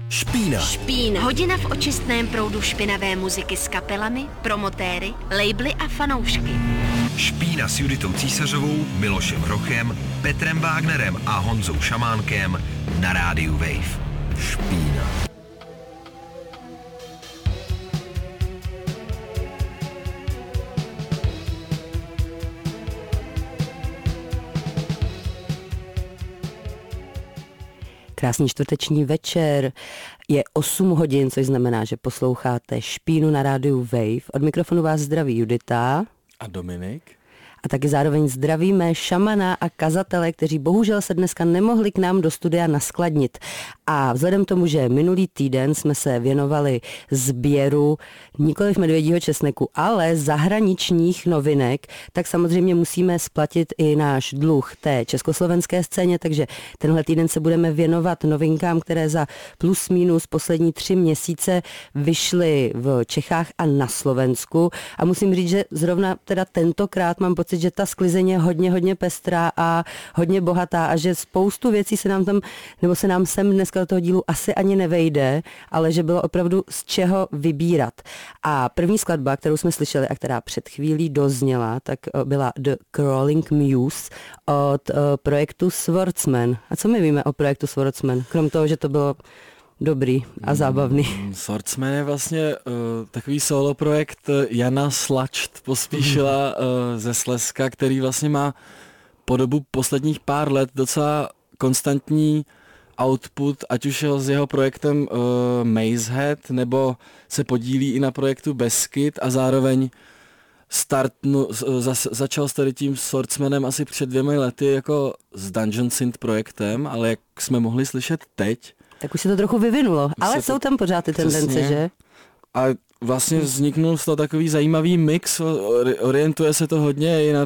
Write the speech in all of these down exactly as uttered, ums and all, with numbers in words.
Špína. Špína. Hodina v očistném proudu špinavé muziky s kapelami, promotéry, labely a fanoušky. Špína s Juditou Císařovou, Milošem Hrochem, Petrem Wagnerem a Honzou Šamánkem na rádiu Wave. Špína. Krásný čtvrteční večer, je osm hodin, což znamená, že posloucháte Špínu na rádiu Wave. Od mikrofonu vás zdraví Judita a Dominik. A taky zároveň zdravíme šamana a kazatele, kteří bohužel se dneska nemohli k nám do studia naskladnit. A vzhledem tomu, že minulý týden jsme se věnovali sběru nikoliv medvědího česneku, ale zahraničních novinek, tak samozřejmě musíme splatit i náš dluh té československé scéně, takže tenhle týden se budeme věnovat novinkám, které za plus minus poslední tři měsíce vyšly v Čechách a na Slovensku. A musím říct, že zrovna teda tentokrát mám pocit, že ta sklizeň je hodně, hodně pestrá a hodně bohatá a že spoustu věcí se nám tam, nebo se nám sem dneska do toho dílu asi ani nevejde, ale že bylo opravdu z čeho vybírat. A první skladba, kterou jsme slyšeli a která před chvílí dozněla, tak byla The Crawling Muse od projektu Swordsman. A co my víme o projektu Swordsman? Krom toho, že to bylo dobrý a zábavný. Swordsman je vlastně uh, takový solo projekt Jana Slačt Pospíšila uh, ze Slezska, který vlastně má po dobu posledních pár let docela konstantní output, ať už je s jeho projektem uh, Mazehead, nebo se podílí i na projektu Beskyd a zároveň startnu, za, začal s tady tím Swordsmanem asi před dvěma lety jako s Dungeon Synth projektem, ale jak jsme mohli slyšet teď, tak už se to trochu vyvinulo, ale to, jsou tam pořád ty tendence, že? A vlastně vzniknul z toho takový zajímavý mix, orientuje se to hodně i na,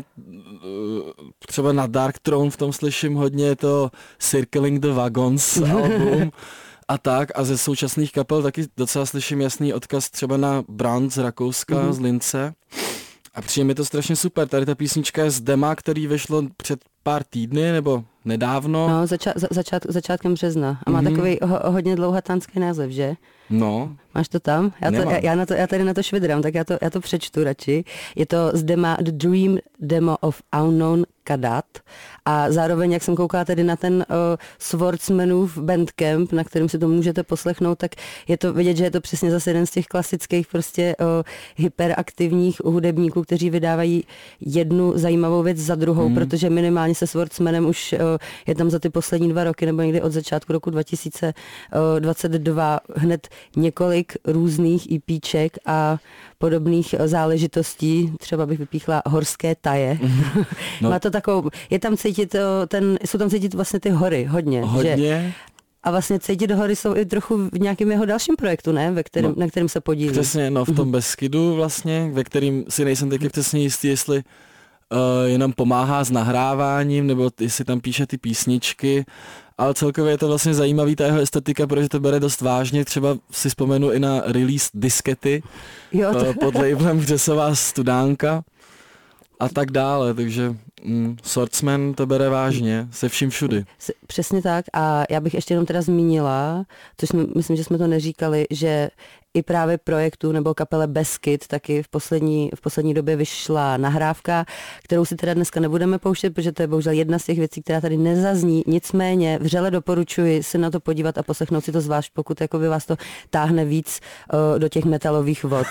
třeba na Dark Throne, v tom slyším hodně, je to Circling the Wagons album a tak, a ze současných kapel taky docela slyším jasný odkaz třeba na Brand z Rakouska, mm-hmm. z Lince. A přijde mi to strašně super, tady ta písnička je z dema, který vyšlo před pár týdny, nebo nedávno. No, zača- za- začát- začátkem března. A má mm-hmm. takový ho- hodně dlouhatánský název, že? No. Máš to tam? Já, to, já, já, na to, já tady na to švidrám, tak já to, já to přečtu radši. Je to z dema The Dream Demo of Unknown Kadat a zároveň, jak jsem koukala tedy na ten uh, Swordsmanův Bandcamp, na kterém si to můžete poslechnout, tak je to vidět, že je to přesně zase jeden z těch klasických prostě uh, hyperaktivních hudebníků, kteří vydávají jednu zajímavou věc za druhou, hmm. protože minimálně se Swordsmanem už uh, je tam za ty poslední dva roky, nebo někdy od začátku roku dva tisíce dvacet dva hned několik různých EPček a podobných záležitostí, třeba bych vypíchla Horské taje. No. Má to takovou, je tam cítit ten, jsou tam cítit vlastně ty hory, hodně. Hodně. Že, a vlastně cítit hory jsou i trochu v nějakém jeho dalším projektu, ne? Ve kterém, no, na kterém se podílí. Přesně, no v tom Beskydu vlastně, ve kterým si nejsem taky přesně jistý, jestli uh, jenom pomáhá s nahráváním, nebo jestli tam píše ty písničky, ale celkově je to vlastně zajímavý ta jeho estetika, protože to bere dost vážně, třeba si vzpomenu i na release diskety jo, to... pod labelem Vřesová studánka a tak dále, takže mm, Swordsman to bere vážně, se vším všudy. Přesně tak a já bych ještě jenom teda zmínila, což jsme, myslím, že jsme to neříkali, že i právě projektu nebo kapele Beskyd taky v poslední, v poslední době vyšla nahrávka, kterou si teda dneska nebudeme pouštět, protože to je bohužel jedna z těch věcí, která tady nezazní. Nicméně vřele doporučuji si na to podívat a poslechnout si to zvlášť, pokud jako by vás to táhne víc uh, do těch metalových vod.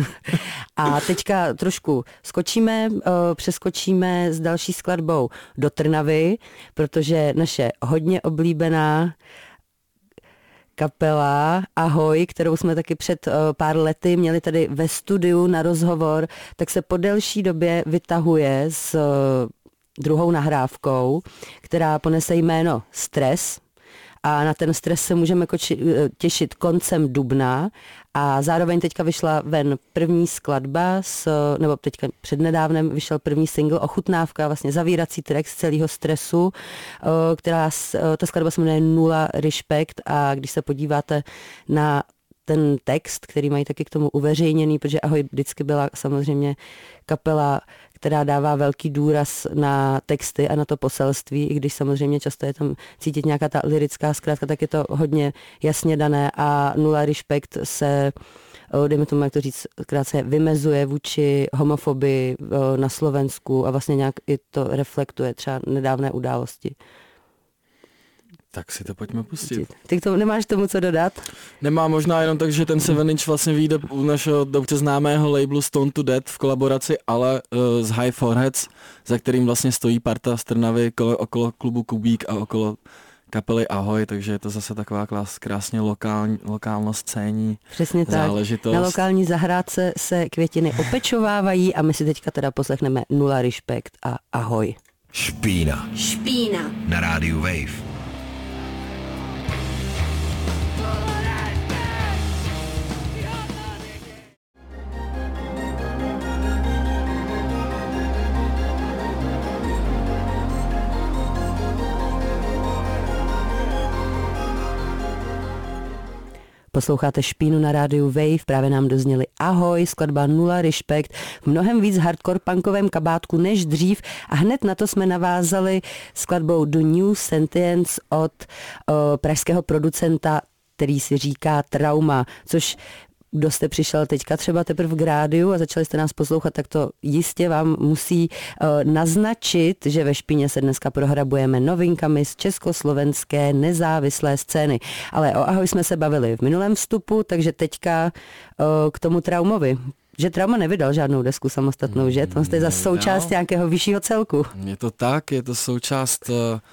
A teďka trošku skočíme, uh, přeskočíme s další skladbou do Trnavy, protože naše hodně oblíbená kapela Ahoj, kterou jsme taky před uh, pár lety měli tady ve studiu na rozhovor, tak se po delší době vytahuje s uh, druhou nahrávkou, která ponese jméno Stres. A na ten stres se můžeme koči, těšit koncem dubna a zároveň teďka vyšla ven první skladba, s, nebo teďka přednedávnem vyšel první single Ochutnávka, vlastně zavírací track z celého stresu, která, ta skladba se jmenuje Nula Respect a když se podíváte na ten text, který mají taky k tomu uveřejněný, protože Ahoj vždycky byla samozřejmě kapela, která dává velký důraz na texty a na to poselství, i když samozřejmě často je tam cítit nějaká ta lyrická zkrátka, tak je to hodně jasně dané a Nula Respekt se, dejme tomu, jak to říct, krátce vymezuje vůči homofobii na Slovensku a vlastně nějak i to reflektuje třeba nedávné události. Tak si to pojďme pustit. Ty k tomu nemáš tomu co dodat? Nemá, možná jenom tak, že ten Seven Inch vlastně vyjde u našeho dobře známého labelu Stone to Death v kolaboraci, ale uh, z High Foreheads, za kterým vlastně stojí parta z Trnavy okolo, okolo klubu Kubík a okolo kapely Ahoj, takže je to zase taková klás, krásně lokální, lokálno scénní Přesně záležitost. Tak. Na lokální zahrádce se květiny opečovávají a my si teďka teda poslechneme Nula Respekt a Ahoj. Špína. Špína. Na rádiu Wave. Posloucháte Špínu na rádiu Wave, právě nám dozněli Ahoj, skladba Nula Respekt, v mnohem víc hardcore punkovém kabátku než dřív a hned na to jsme navázali skladbou The New Sentience od o, pražského producenta, který si říká Trauma, což kdo jste přišel teďka třeba teprve k rádiu a začali jste nás poslouchat, tak to jistě vám musí uh, naznačit, že ve Špíně se dneska prohrabujeme novinkami z československé nezávislé scény. Ale o Ahoj jsme se bavili v minulém vstupu, takže teďka uh, k tomu Traumovi. Že Trauma nevydal žádnou desku samostatnou, že? To je za součást nějakého vyššího celku. Je to tak, je to součást uh,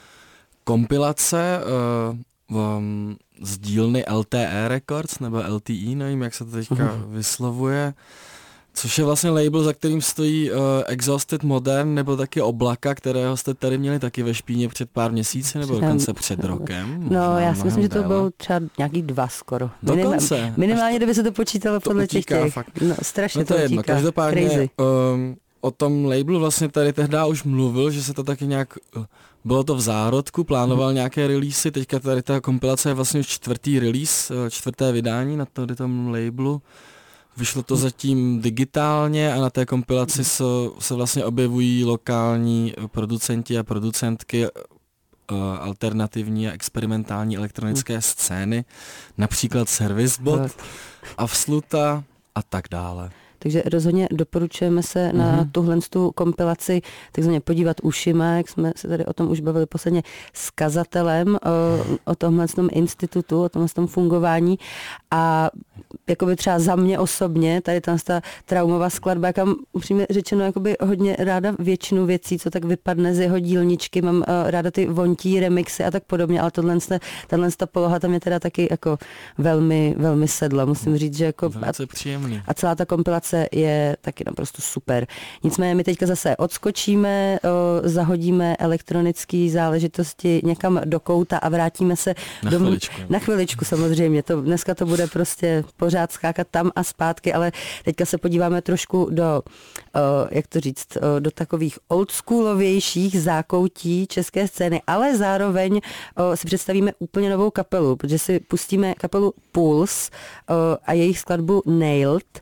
kompilace uh, um, z dílny L T E Records, nebo L T E, nevím, jak se to teďka uh-huh. vyslovuje, což je vlastně label, za kterým stojí uh, Exhausted Modern, nebo taky Oblaka, kterého jste tady měli taky ve Špíně před pár měsíci, nebo dokonce před rokem. No, já si myslím, že to bylo třeba nějaký dva skoro. Dokonce. Minima, minimálně, kdyby se to počítalo to podle utíká, těch. Fakt. No, strašně no to, to je jedno. utíká. Každopádně um, o tom labelu vlastně tady tehdy už mluvil, že se to taky nějak... Uh, Bylo to v zárodku, plánoval hmm. nějaké releasy, teďka tady ta kompilace je vlastně už čtvrtý release, čtvrté vydání na tady tom labelu. Vyšlo to zatím digitálně a na té kompilaci se, se vlastně objevují lokální producenti a producentky uh, alternativní a experimentální elektronické hmm. scény, například Servicebot, Absoluta a tak dále. Takže rozhodně doporučujeme se mm-hmm. na tuhle tu kompilaci takzvaně podívat ušima, jak jsme se tady o tom už bavili posledně s kazatelem, o, o tomhle tom institutu, o tomhle tom fungování a jakoby třeba za mě osobně, tady ta Traumová skladba, jak mám upřímně řečeno jakoby hodně ráda většinu věcí, co tak vypadne z jeho dílničky, mám uh, ráda ty vontí, remixy a tak podobně, ale tohle, tahle ta poloha tam je teda taky jako velmi, velmi sedla, musím říct, že jako velice příjemný. A celá ta kompilace je taky naprosto super. Nicméně my teďka zase odskočíme, o, zahodíme elektronické záležitosti někam do kouta a vrátíme se na do... chviličku. Na chviličku samozřejmě. To, dneska to bude prostě pořád skákat tam a zpátky, ale teďka se podíváme trošku do, o, jak to říct, o, do takových oldschoolovějších zákoutí české scény, ale zároveň o, si představíme úplně novou kapelu, protože si pustíme kapelu Pulse o, a jejich skladbu Nailed.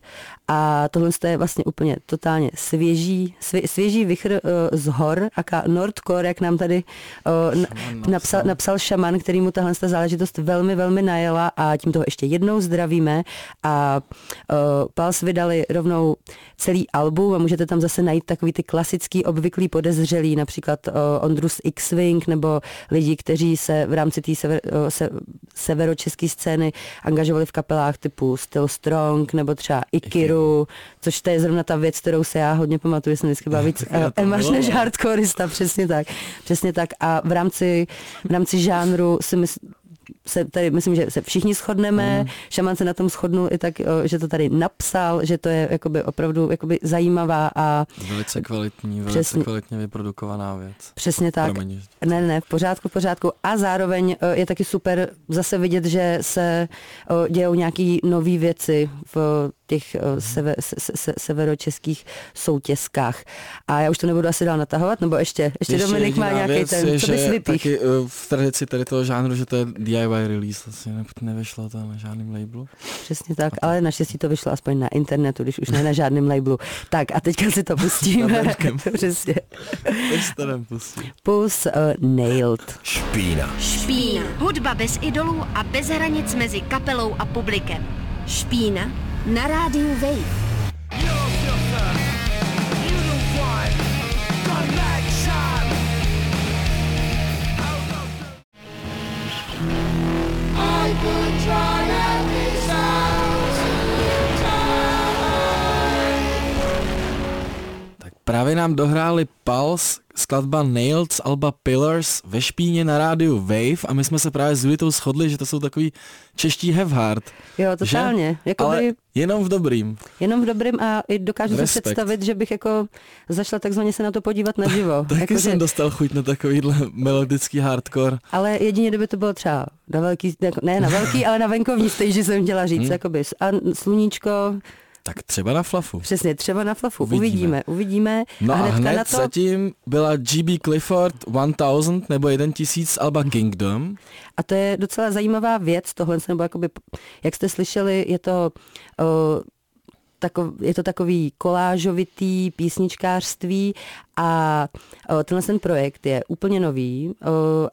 A tohle je vlastně úplně totálně svěží, svě, svěží vichr uh, z hor, aká Nordcore, jak nám tady uh, napsal, napsal Šaman, který mu tahle záležitost velmi, velmi najela a tím toho ještě jednou zdravíme. A uh, Pulse vydali rovnou celý album a můžete tam zase najít takový ty klasický obvyklý podezřelý, například uh, Ondrus X-Wing nebo lidi, kteří se v rámci té sever, uh, se, severočeské scény angažovali v kapelách typu Still Strong nebo třeba Ikiru, což to je zrovna ta věc, kterou se já hodně pamatuju, jsem vždycky byla víc emaž než hardcorista, přesně tak, přesně tak. A v rámci, v rámci žánru si myslím, se tady myslím, že se všichni shodneme, mm. Šaman se na tom shodnul i tak, že to tady napsal, že to je jakoby opravdu jakoby zajímavá a... Velice kvalitní, velice přesně, kvalitně vyprodukovaná věc. Přesně tak. Promiň. Ne, ne, v pořádku, v pořádku. A zároveň je taky super zase vidět, že se dějou nějaký nový věci v těch sever, se, se, severočeských soutězkách. A já už to nebudu asi dál natahovat, nebo ještě, ještě, ještě Dominik má nějaký ten, je, co bys vypích? Taky v tradici tady toho žánru, že to je D I Y release, vlastně ne, nevyšlo to na žádným labelu. Přesně tak, ale naštěstí to vyšlo aspoň na internetu, když už ne na žádném labelu. Tak a teďka si to pustíme. Přesně. Pulse uh, Nailed. Špína. Špína. Hudba bez idolů a bez hranic mezi kapelou a publikem. Špína na rádiu Wave. Právě nám dohráli Pulse, skladba Nailed z alba Pillars ve Špíně na rádiu Wave a my jsme se právě s Julitou shodli, že to jsou takový čeští have heart. Jo, totálně. Jakoby, ale jenom v dobrým. Jenom v dobrým a i dokážu si představit, že bych jako zašla takzvaně se na to podívat naživo. Taky jako, jsem že... dostal chuť na takovýhle melodický hardcore. Ale jedině, kdyby to bylo třeba na velký, ne na velký, ale na venkovní stage jsem chtěla říct, hmm. jakoby a sluníčko. Tak třeba na flafu. Přesně, třeba na flafu. Uvidíme, uvidíme. uvidíme. No a, a hned na to... zatím byla G B Clifford tisíc nebo tisíc alba Kingdom. A to je docela zajímavá věc, tohle, nebo jakoby, jak jste slyšeli, je to... Uh, Takov, je to takový kolážovitý písničkářství a uh, tenhle ten projekt je úplně nový. Uh,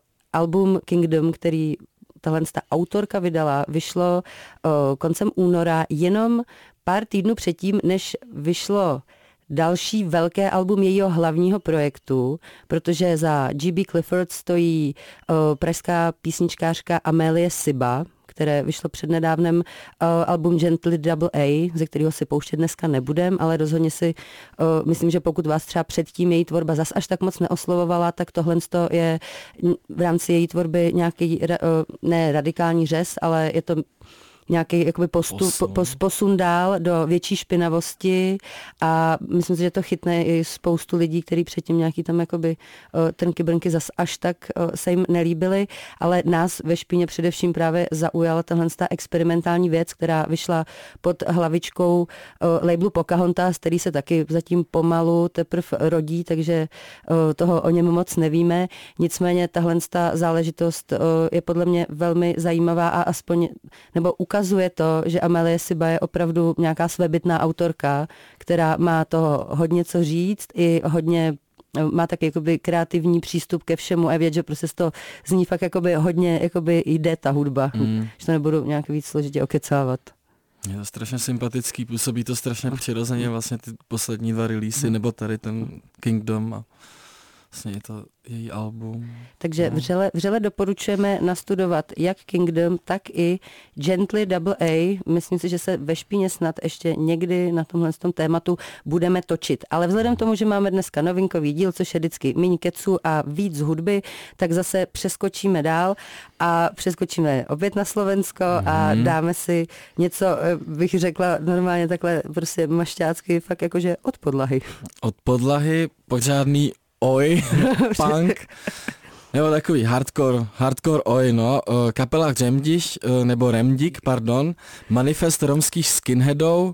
album Kingdom, který tahle ta autorka vydala, vyšlo uh, koncem února, jenom pár týdnů předtím, než vyšlo další velké album jejího hlavního projektu, protože za G B Clifford stojí uh, pražská písničkářka Amélie Siba, které vyšlo přednedávnem uh, album Gently Double A, ze kterého si pouštět dneska nebudem, ale rozhodně si uh, myslím, že pokud vás třeba předtím její tvorba zas až tak moc neoslovovala, tak tohle je v rámci její tvorby nějaký, uh, ne radikální řez, ale je to nějaký jakoby postup, posun. Po, posun dál do větší špinavosti a myslím si, že to chytne i spoustu lidí, kteří předtím nějaký tam jakoby trnky brnky zas až tak se jim nelíbily, ale nás ve Špíně především právě zaujala tahle experimentální věc, která vyšla pod hlavičkou labelu Pocahontas, který se taky zatím pomalu teprve rodí, takže toho o něm moc nevíme. Nicméně tahle záležitost je podle mě velmi zajímavá a aspoň, nebo ukazuje ukazuje to, že Amélie Siba je opravdu nějaká svébytná autorka, která má toho hodně co říct i hodně má taky jakoby kreativní přístup ke všemu a vědět, že prostě to zní fakt jakoby hodně jakoby jde ta hudba, mm. že to nebudu nějak víc složitě okecávat. Je to strašně sympatický, působí to strašně přirozeně vlastně ty poslední dva releasy, mm. nebo tady ten Kingdom a vlastně je to její album. Takže vřele, vřele doporučujeme nastudovat jak Kingdom, tak i Gently Double A. Myslím si, že se ve Špíně snad ještě někdy na tomhle tom tématu budeme točit. Ale vzhledem k tomu, že máme dneska novinkový díl, což je vždycky míň kecu a víc hudby, tak zase přeskočíme dál a přeskočíme opět na Slovensko a dáme si něco, bych řekla normálně takhle prostě mašťácky, fakt jakože od podlahy. Od podlahy pořádný oj, punk, nebo takový hardcore, hardcore oj, no, kapela Remdiš, nebo Remdik, pardon, manifest romských skinheadů.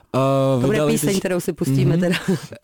To bude píseň, kterou si pustíme mm-hmm. teda.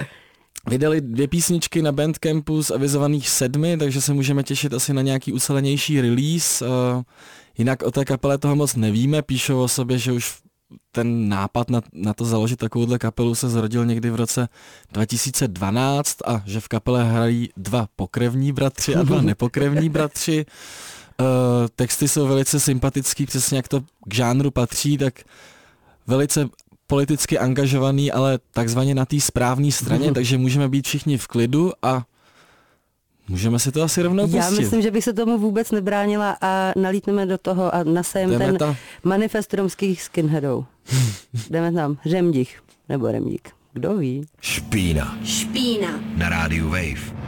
Vydali dvě písničky na Bandcampu z avizovaných sedmi, takže se můžeme těšit asi na nějaký ucelenější release. Jinak o té kapele toho moc nevíme, píšou o sobě, že už ten nápad na, na to založit takovouhle kapelu se zrodil někdy v roce dva tisíce dvanáct a že v kapele hrají dva pokrevní bratři a dva nepokrevní bratři. Uh, texty jsou velice sympatický, přesně jak to k žánru patří, tak velice politicky angažovaný, ale takzvaně na té správné straně, takže můžeme být všichni v klidu a můžeme si to asi rovnou pustit. Já myslím, že bych se tomu vůbec nebránila a nalítneme do toho a nasajem ten ta... manifest romských skinheadů. Jdeme tam. Remdich nebo Remdík. Kdo ví? Špína. Špína. Na rádiu Wave.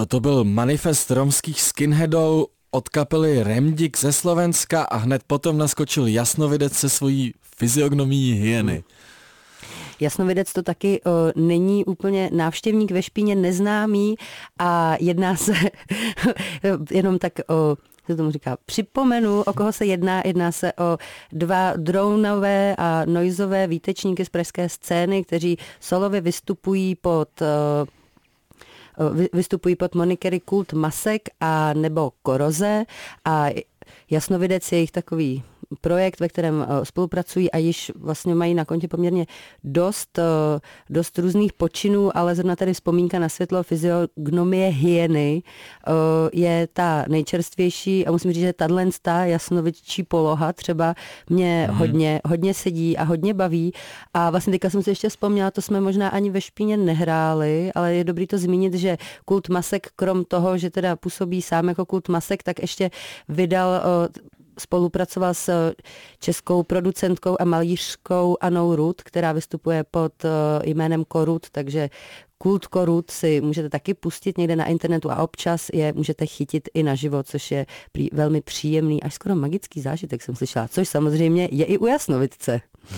Toto byl manifest romských skinheadů od kapely Remdik ze Slovenska a hned potom naskočil Jasnovidec se svojí fyziognomií hyeny. Jasnovidec to taky o, není úplně návštěvník ve Špíně, neznámý a jedná se jenom tak o, co tomu říká, připomenu, o koho se jedná. Jedná se o dva dronové a noizové výtečníky z pražské scény, kteří solově vystupují pod... O, vystupují pod monikery Kult masek a nebo Koroze a Jasnovidec je jejich takový projekt, ve kterém spolupracují a již vlastně mají na kontě poměrně dost, dost různých počinů, ale zrovna tady vzpomínka na světlo fyziognomie hyeny je ta nejčerstvější a musím říct, že tato jasnovidčí poloha třeba mě mm. hodně, hodně sedí a hodně baví a vlastně teďka jsem si ještě vzpomněla, to jsme možná ani ve Špíně nehráli, ale je dobrý to zmínit, že Kult masek, krom toho, že teda působí sám jako Kult masek, tak ještě vydal spolupracoval s českou producentkou a malířkou Anou Rud, která vystupuje pod jménem Korut, takže Kult Korut si můžete taky pustit někde na internetu a občas je můžete chytit i naživo, což je prý velmi příjemný, až skoro magický zážitek jsem slyšela, což samozřejmě je i u Jasnovidce.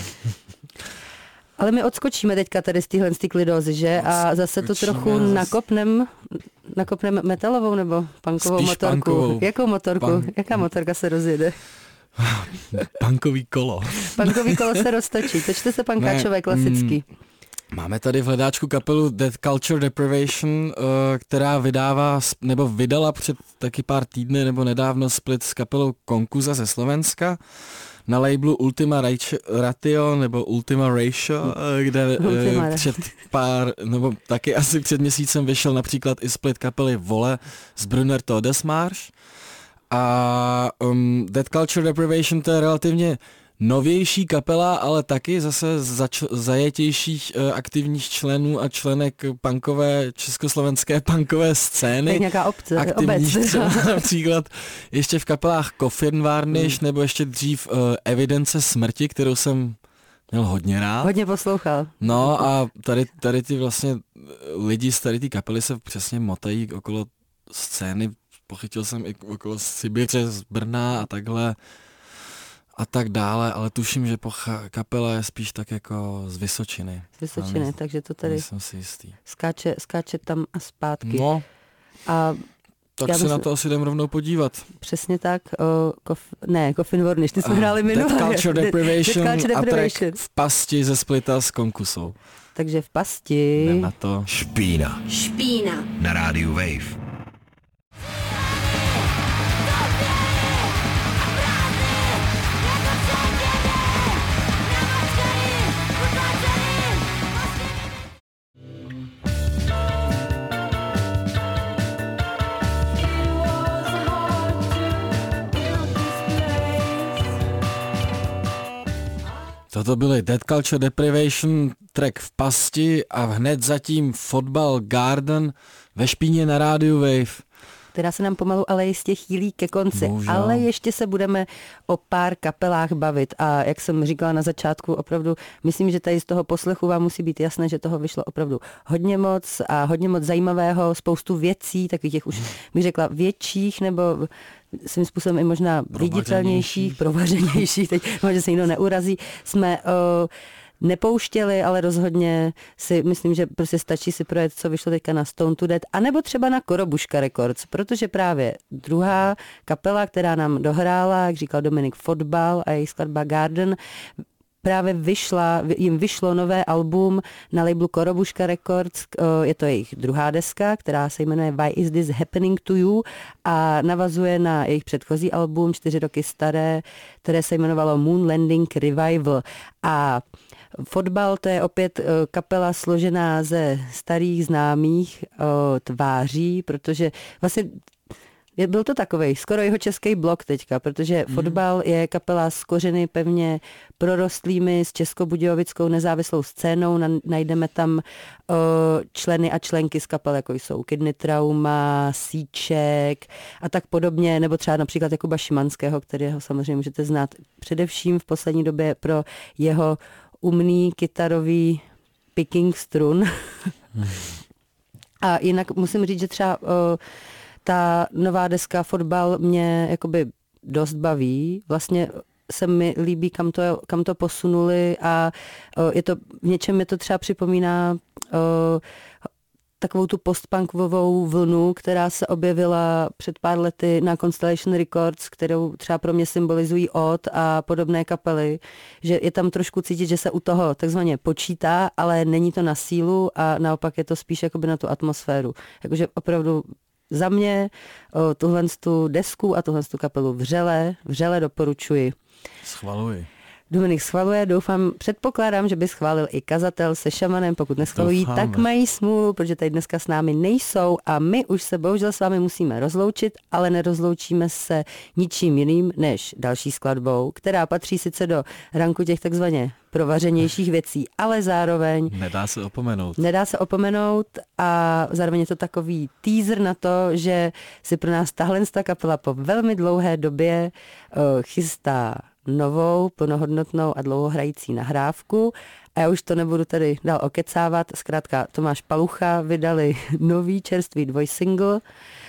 Ale my odskočíme teďka tady z téhle klidózy, že? A zase to trochu nakopnem, nakopnem metalovou nebo punkovou Spíš motorku. punkovou. Jakou motorku? Punk. Jaká motorka se rozjede? Punkový kolo. Punkový kolo se roztočí. Točte se pankáčové klasický. Mm, máme tady v hledáčku kapelu Dead Culture Deprivation, uh, která vydává, nebo vydala před taky pár týdny nebo nedávno split s kapelou Konkuza ze Slovenska na labelu Ultima Ratio nebo Ultima Ratio, kde Ultima. před pár, nebo taky asi před měsícem vyšel například i split kapely Vole z Brunner Todesmarsch. A um, Dead Culture Deprivation to je relativně novější kapela, ale taky zase zač- zajetějších uh, aktivních členů a členek punkové, československé punkové scény. Tak nějaká obce, aktivních obec. Třeba například ještě v kapelách Coffin Varnish, hmm. nebo ještě dřív uh, Evidence smrti, kterou jsem měl hodně rád. Hodně poslouchal. No a tady, tady ty vlastně lidi z tady ty kapely se přesně motají okolo scény. Pochytil jsem i okolo Sibiře z Brna a takhle a tak dále, ale tuším, že pocha- kapela je spíš tak jako z Vysočiny. Z Vysočiny, ale takže to tady jsem si jistý. Skáče, skáče tam a zpátky. No, a tak se myslím, na to asi jdem rovnou podívat. Přesně tak. O, kof, ne, Coffin Varnish, ty jsme uh, hráli minulé. Dead Culture Deprivation, Dead Culture Deprivation a track V pasti ze splita s Konkusou. Takže v pasti. Jdem na to. Špína. Špína. Na rádiu Wave. Toto byly Dead Culture Deprivation, track V pasti a hned zatím Fotbal Garden ve Špíně na rádiu Wave. Která se nám pomalu ale jistě chýlí ke konci. Bohužel. Ale ještě se budeme o pár kapelách bavit a jak jsem říkala na začátku, opravdu myslím, že tady z toho poslechu vám musí být jasné, že toho vyšlo opravdu hodně moc a hodně moc zajímavého, spoustu věcí, takových těch už bych řekla větších nebo svým způsobem i možná viditelnějších, provařenějších, teď možná se nikdo neurazí, jsme o, nepouštěli, ale rozhodně si myslím, že prostě stačí si projet, co vyšlo teďka na Stone to Death, anebo třeba na Korobuška Records, protože právě druhá kapela, která nám dohrála, jak říkal Dominik, Fotbal a její skladba Garden, právě vyšla, jim vyšlo nové album na labelu Korobuška Records, je to jejich druhá deska, která se jmenuje Why is this happening to you a navazuje na jejich předchozí album, čtyři roky staré, které se jmenovalo Moon Landing Revival. A Fotbal to je opět kapela složená ze starých známých tváří, protože vlastně byl to takovej, skoro jeho český blok teďka, protože mm. Fotbal je kapela s kořeny pevně prorostlými s českobudějovickou nezávislou scénou. Najdeme tam o, členy a členky z kapel, jako jsou Kidney Trauma, Síček a tak podobně, nebo třeba například Jakuba Šimanského, kterého samozřejmě můžete znát především v poslední době pro jeho umný kytarový picking strun. Mm. A jinak musím říct, že třeba uh, ta nová deska Fotbal mě jakoby dost baví. Vlastně se mi líbí, kam to, kam to posunuli a uh, je to, v něčem mi to třeba připomíná uh, takovou tu postpunkovou vlnu, která se objevila před pár lety na Constellation Records, kterou třeba pro mě symbolizují Odd a podobné kapely, že je tam trošku cítit, že se u toho takzvaně počítá, ale není to na sílu a naopak je to spíš jakoby na tu atmosféru. Jakože opravdu za mě o, tuhle tu desku a tuhle tu kapelu vřele, vřele doporučuji. Schvaluji. Dominik schvaluje, doufám, předpokládám, že by schválil i Kazatel se Šamanem, pokud neschvalují, Doufáme. tak mají smůlu, protože tady dneska s námi nejsou a my už se bohužel s vámi musíme rozloučit, ale nerozloučíme se ničím jiným než další skladbou, která patří sice do ranku těch takzvaně provařenějších věcí, ale zároveň Nedá se opomenout. Nedá se opomenout a zároveň je to takový teaser na to, že si pro nás tahle kapela po velmi dlouhé době uh, chystá novou, plnohodnotnou a dlouhohrající nahrávku. A já už to nebudu tady dál okecávat. Zkrátka Tomáš Palucha vydali nový čerstvý dvojsingle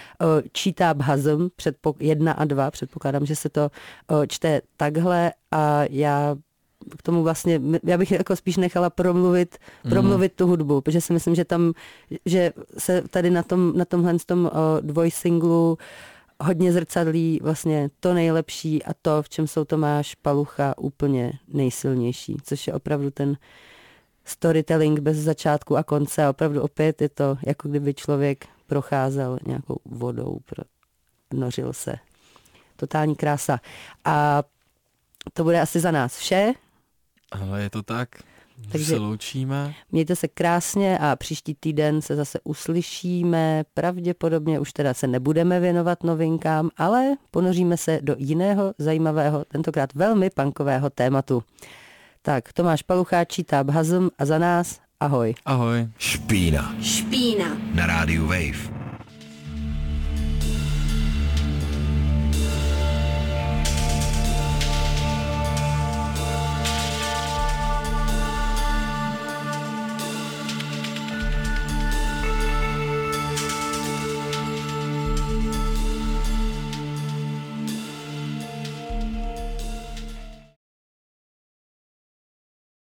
Cheetah Bhazm, předpok- jedna a dva. Předpokládám, že se to čte takhle a já k tomu vlastně, já bych jako spíš nechala promluvit, promluvit tu hudbu, protože si myslím, že tam, že se tady na tom, na tomhle tom dvojsinglu hodně zrcadlí vlastně to nejlepší a to, v čem jsou Tomáš Palucha úplně nejsilnější, což je opravdu ten storytelling bez začátku a konce a opravdu opět je to, jako kdyby člověk procházel nějakou vodou, nořil se. Totální krása. A to bude asi za nás vše. Ale je to tak. Takže se loučíme. Mějte se krásně a příští týden se zase uslyšíme. Pravděpodobně už teda se nebudeme věnovat novinkám, ale ponoříme se do jiného zajímavého, tentokrát velmi punkového tématu. Tak, Tomáš Palucha, Cheetah Bhazm a za nás ahoj. Ahoj. Špína. Špína. Na rádiu Wave.